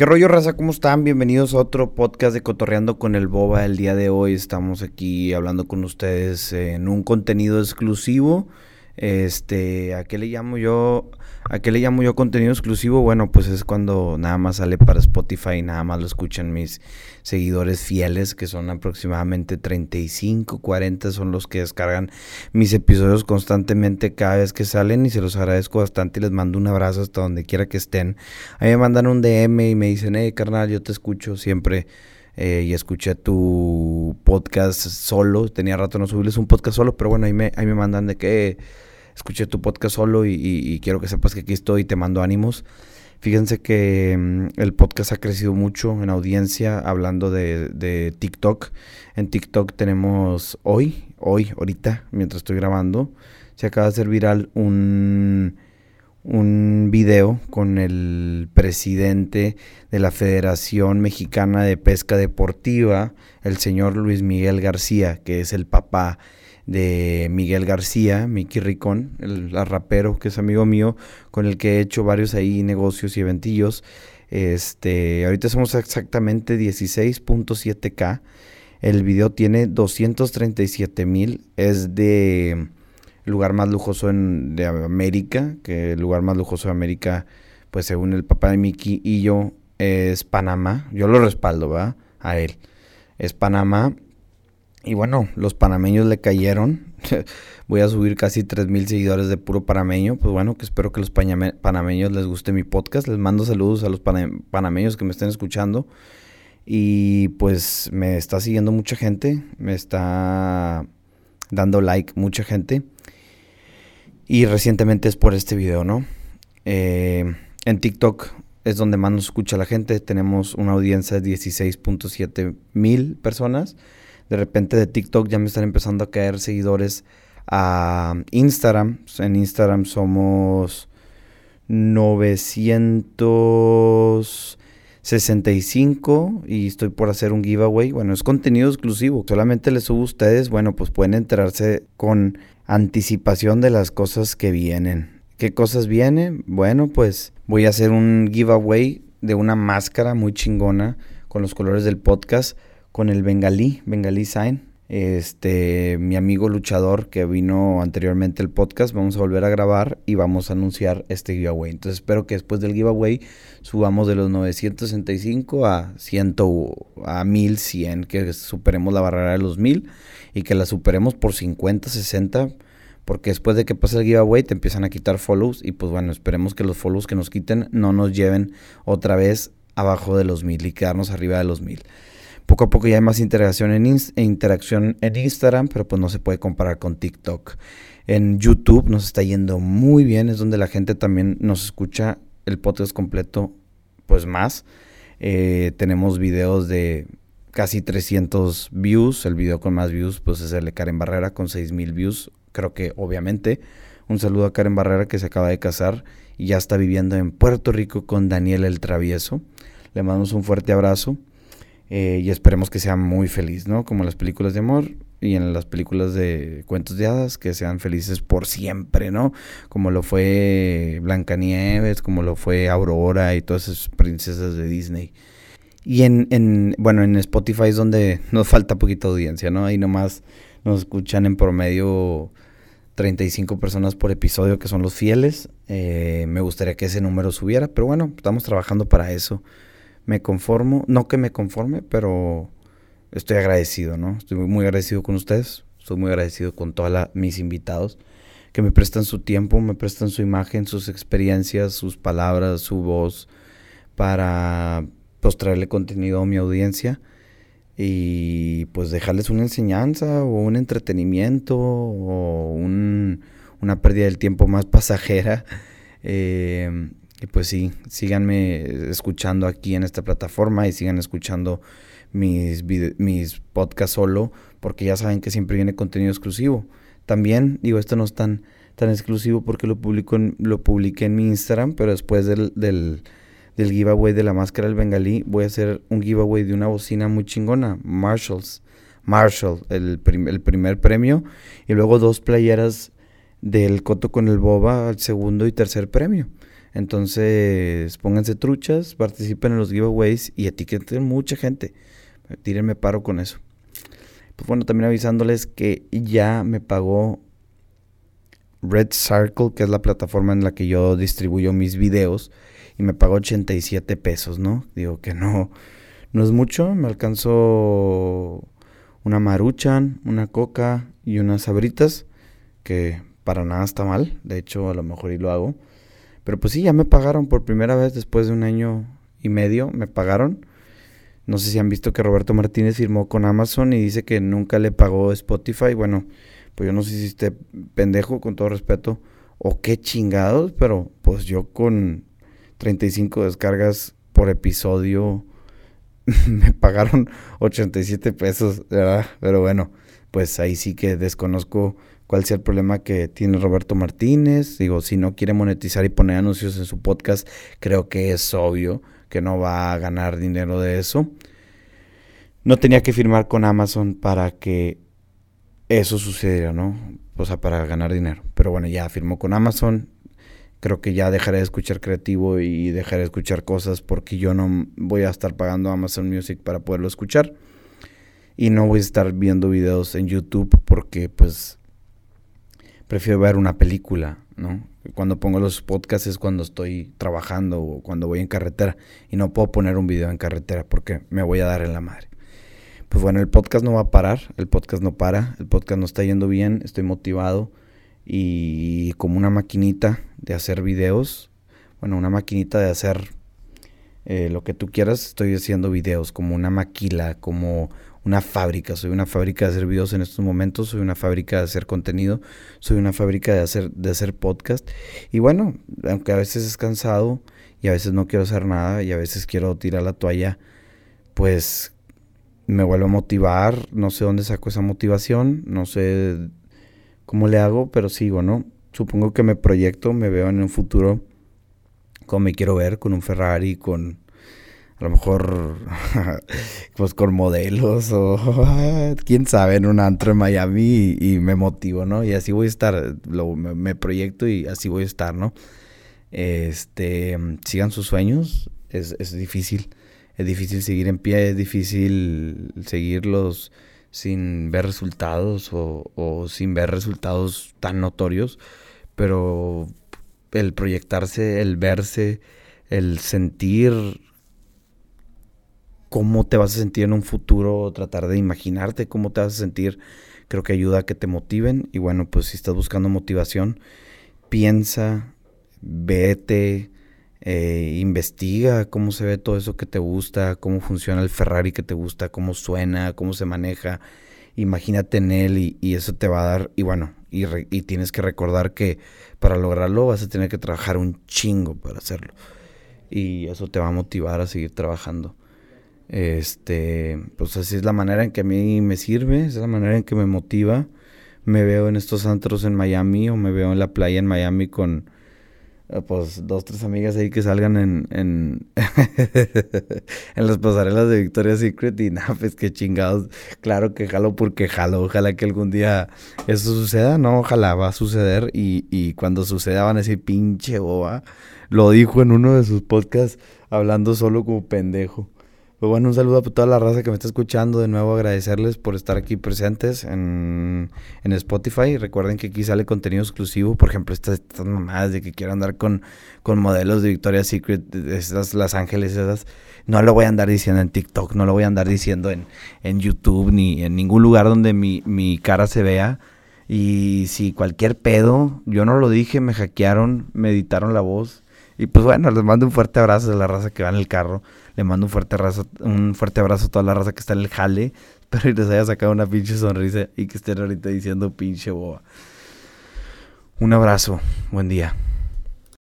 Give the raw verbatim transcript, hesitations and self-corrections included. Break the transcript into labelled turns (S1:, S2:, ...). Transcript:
S1: ¿Qué rollo, raza? ¿Cómo están? Bienvenidos a otro podcast de Cotorreando con el Boba. El día de hoy estamos aquí hablando con ustedes en un contenido exclusivo. Este, ¿a qué le llamo yo? ¿A qué le llamo yo contenido exclusivo? Bueno, pues es cuando nada más sale para Spotify y nada más lo escuchan mis seguidores fieles, que son aproximadamente treinta y cinco, cuarenta, son los que descargan mis episodios constantemente cada vez que salen, y se los agradezco bastante y les mando un abrazo hasta donde quiera que estén. A mí me mandan un D M y me dicen, hey carnal, yo te escucho siempre. Eh, y escuché tu podcast solo, tenía rato no subirles un podcast solo, pero bueno, ahí me, ahí me mandan de que eh, escuché tu podcast solo y, y, y quiero que sepas que aquí estoy y te mando ánimos. Fíjense que um, el podcast ha crecido mucho en audiencia, hablando de, de TikTok. En TikTok tenemos hoy, hoy, ahorita, mientras estoy grabando, se acaba de hacer viral un... un video con el presidente de la Federación Mexicana de Pesca Deportiva, el señor Luis Miguel García, que es el papá de Miguel García, Mickey Ricón, el, el rapero que es amigo mío, con el que he hecho varios ahí negocios y eventillos. Este, ahorita somos exactamente dieciséis punto siete K. El video tiene doscientos treinta y siete mil, es de... el lugar más lujoso en, de América, que el lugar más lujoso de América, pues según el papá de Mickey y yo, es Panamá. Yo lo respaldo, ¿verdad? A él. Es Panamá. Y bueno, los panameños le cayeron. Voy a subir casi tres mil seguidores de puro panameño. Pues bueno, que espero que los panameños les guste mi podcast. Les mando saludos a los panameños que me estén escuchando. Y pues me está siguiendo mucha gente. Me está dando like mucha gente. Y recientemente es por este video, ¿no? Eh, en TikTok es donde más nos escucha la gente. Tenemos una audiencia de dieciséis punto siete mil personas. De repente de TikTok ya me están empezando a caer seguidores a Instagram. En Instagram somos novecientos sesenta y cinco y estoy por hacer un giveaway. Bueno, es contenido exclusivo. Solamente les subo a ustedes. Bueno, pues pueden enterarse con anticipación de las cosas que vienen. ¿Qué cosas vienen? Bueno, pues voy a hacer un giveaway de una máscara muy chingona con los colores del podcast, con el Bengalí, Bengalí Sign. Este, mi amigo luchador que vino anteriormente al podcast, vamos a volver a grabar y vamos a anunciar este giveaway. Entonces espero que después del giveaway subamos de los novecientos sesenta y cinco a cien, a mil cien, que superemos la barrera de los mil y que la superemos por cincuenta, sesenta, porque después de que pase el giveaway te empiezan a quitar follows y pues bueno, esperemos que los follows que nos quiten no nos lleven otra vez abajo de los mil y quedarnos arriba de los mil. Poco a poco ya hay más interacción en, inst- interacción en Instagram, pero pues no se puede comparar con TikTok. En YouTube nos está yendo muy bien, es donde la gente también nos escucha el podcast completo, pues más. Eh, tenemos videos de casi trescientos views, el video con más views pues es el de Karen Barrera con seis mil views. Creo que obviamente un saludo a Karen Barrera, que se acaba de casar y ya está viviendo en Puerto Rico con Daniel el Travieso. Le mandamos un fuerte abrazo. Eh, y esperemos que sea muy feliz, ¿no? Como en las películas de amor y en las películas de cuentos de hadas, que sean felices por siempre, ¿no? Como lo fue Blancanieves, como lo fue Aurora y todas esas princesas de Disney. Y en, en bueno, en Spotify es donde nos falta poquita audiencia, ¿no? Ahí nomás nos escuchan en promedio treinta y cinco personas por episodio, que son los fieles. Eh, me gustaría que ese número subiera, pero bueno, estamos trabajando para eso. Me conformo, no que me conforme, pero estoy agradecido, ¿no? Estoy muy agradecido con ustedes, estoy muy agradecido con todos mis invitados que me prestan su tiempo, me prestan su imagen, sus experiencias, sus palabras, su voz para pues traerle contenido a mi audiencia y pues dejarles una enseñanza o un entretenimiento o un, una pérdida del tiempo más pasajera. Eh... Y pues sí, síganme escuchando aquí en esta plataforma y sigan escuchando mis, vide- mis podcasts solo, porque ya saben que siempre viene contenido exclusivo. También, digo, esto no es tan, tan exclusivo porque lo publico en, lo publiqué en mi Instagram, pero después del, del, del giveaway de la máscara del Bengalí, voy a hacer un giveaway de una bocina muy chingona, Marshalls, Marshall, el, prim- el primer premio, y luego dos playeras del Coto con el Boba al segundo y tercer premio. Entonces, pónganse truchas, participen en los giveaways y etiqueten mucha gente. Tírenme paro con eso. Pues bueno, también avisándoles que ya me pagó Red Circle, que es la plataforma en la que yo distribuyo mis videos, y me pagó ochenta y siete pesos, ¿no? Digo que no, no es mucho, me alcanzó una Maruchan, una Coca y unas Sabritas, que para nada está mal, de hecho a lo mejor y lo hago. Pero pues sí, ya me pagaron por primera vez después de un año y medio, me pagaron. No sé si han visto que Roberto Martínez firmó con Amazon y dice que nunca le pagó Spotify. Bueno, pues yo no sé si esté pendejo, con todo respeto, o qué chingados, pero pues yo con treinta y cinco descargas por episodio me pagaron ochenta y siete pesos, ¿verdad? Pero bueno, pues ahí sí que desconozco cuál sea el problema que tiene Roberto Martínez. Digo, si no quiere monetizar y poner anuncios en su podcast, creo que es obvio que no va a ganar dinero de eso. No tenía que firmar con Amazon para que eso sucediera, ¿no? O sea, para ganar dinero. Pero bueno, ya firmó con Amazon. Creo que ya dejaré de escuchar creativo y dejaré de escuchar cosas porque yo no voy a estar pagando Amazon Music para poderlo escuchar. Y no voy a estar viendo videos en YouTube porque pues prefiero ver una película, ¿no? Cuando pongo los podcasts es cuando estoy trabajando o cuando voy en carretera. Y no puedo poner un video en carretera porque me voy a dar en la madre. Pues bueno, el podcast no va a parar. El podcast no para. El podcast no está yendo bien. Estoy motivado. Y como una maquinita de hacer videos, bueno, una maquinita de hacer eh, lo que tú quieras, estoy haciendo videos como una maquila, como una fábrica. Soy una fábrica de hacer videos en estos momentos, soy una fábrica de hacer contenido, soy una fábrica de hacer, de hacer podcast. Y bueno, aunque a veces es cansado y a veces no quiero hacer nada y a veces quiero tirar la toalla, pues me vuelvo a motivar. No sé dónde saco esa motivación, no sé cómo le hago, pero sigo, ¿no? Supongo que me proyecto, me veo en un futuro como me quiero ver, con un Ferrari, con a lo mejor pues con modelos o quién sabe, en un antro en Miami y, y me motivo, ¿no? Y así voy a estar, lo, me, me proyecto y así voy a estar, ¿no? Este, sigan sus sueños, es, es difícil, es difícil seguir en pie, es difícil seguirlos sin ver resultados o, o sin ver resultados tan notorios, pero el proyectarse, el verse, el sentir cómo te vas a sentir en un futuro, tratar de imaginarte cómo te vas a sentir, creo que ayuda a que te motiven. Y bueno, pues si estás buscando motivación, piensa, vete, eh, investiga cómo se ve todo eso que te gusta, cómo funciona el Ferrari que te gusta, cómo suena, cómo se maneja. Imagínate en él y, y eso te va a dar, y bueno, y, re, y tienes que recordar que para lograrlo vas a tener que trabajar un chingo para hacerlo. Y eso te va a motivar a seguir trabajando. Este, pues así es la manera en que a mí me sirve, es la manera en que me motiva. Me veo en estos antros en Miami o me veo en la playa en Miami con pues dos, tres amigas ahí que salgan en en, en las pasarelas de Victoria's Secret y nada, pues qué chingados. Claro que jalo porque jalo, ojalá que algún día eso suceda, no, ojalá va a suceder y, y cuando suceda van a decir pinche boba, lo dijo en uno de sus podcasts hablando solo como pendejo. Pues bueno, un saludo a toda la raza que me está escuchando. De nuevo agradecerles por estar aquí presentes en, en Spotify. Recuerden que aquí sale contenido exclusivo. Por ejemplo, estas, estas mamadas de que quiero andar con, con modelos de Victoria's Secret, esas Las Ángeles, esas. No lo voy a andar diciendo en TikTok, no lo voy a andar diciendo en, en YouTube, ni en ningún lugar donde mi, mi cara se vea. Y si cualquier pedo, yo no lo dije, me hackearon, me editaron la voz. Y pues bueno, les mando un fuerte abrazo de la raza que va en el carro. Le mando un fuerte abrazo, un fuerte abrazo a toda la raza que está en el jale. Espero que les haya sacado una pinche sonrisa y que estén ahorita diciendo pinche boba. Un abrazo, buen día.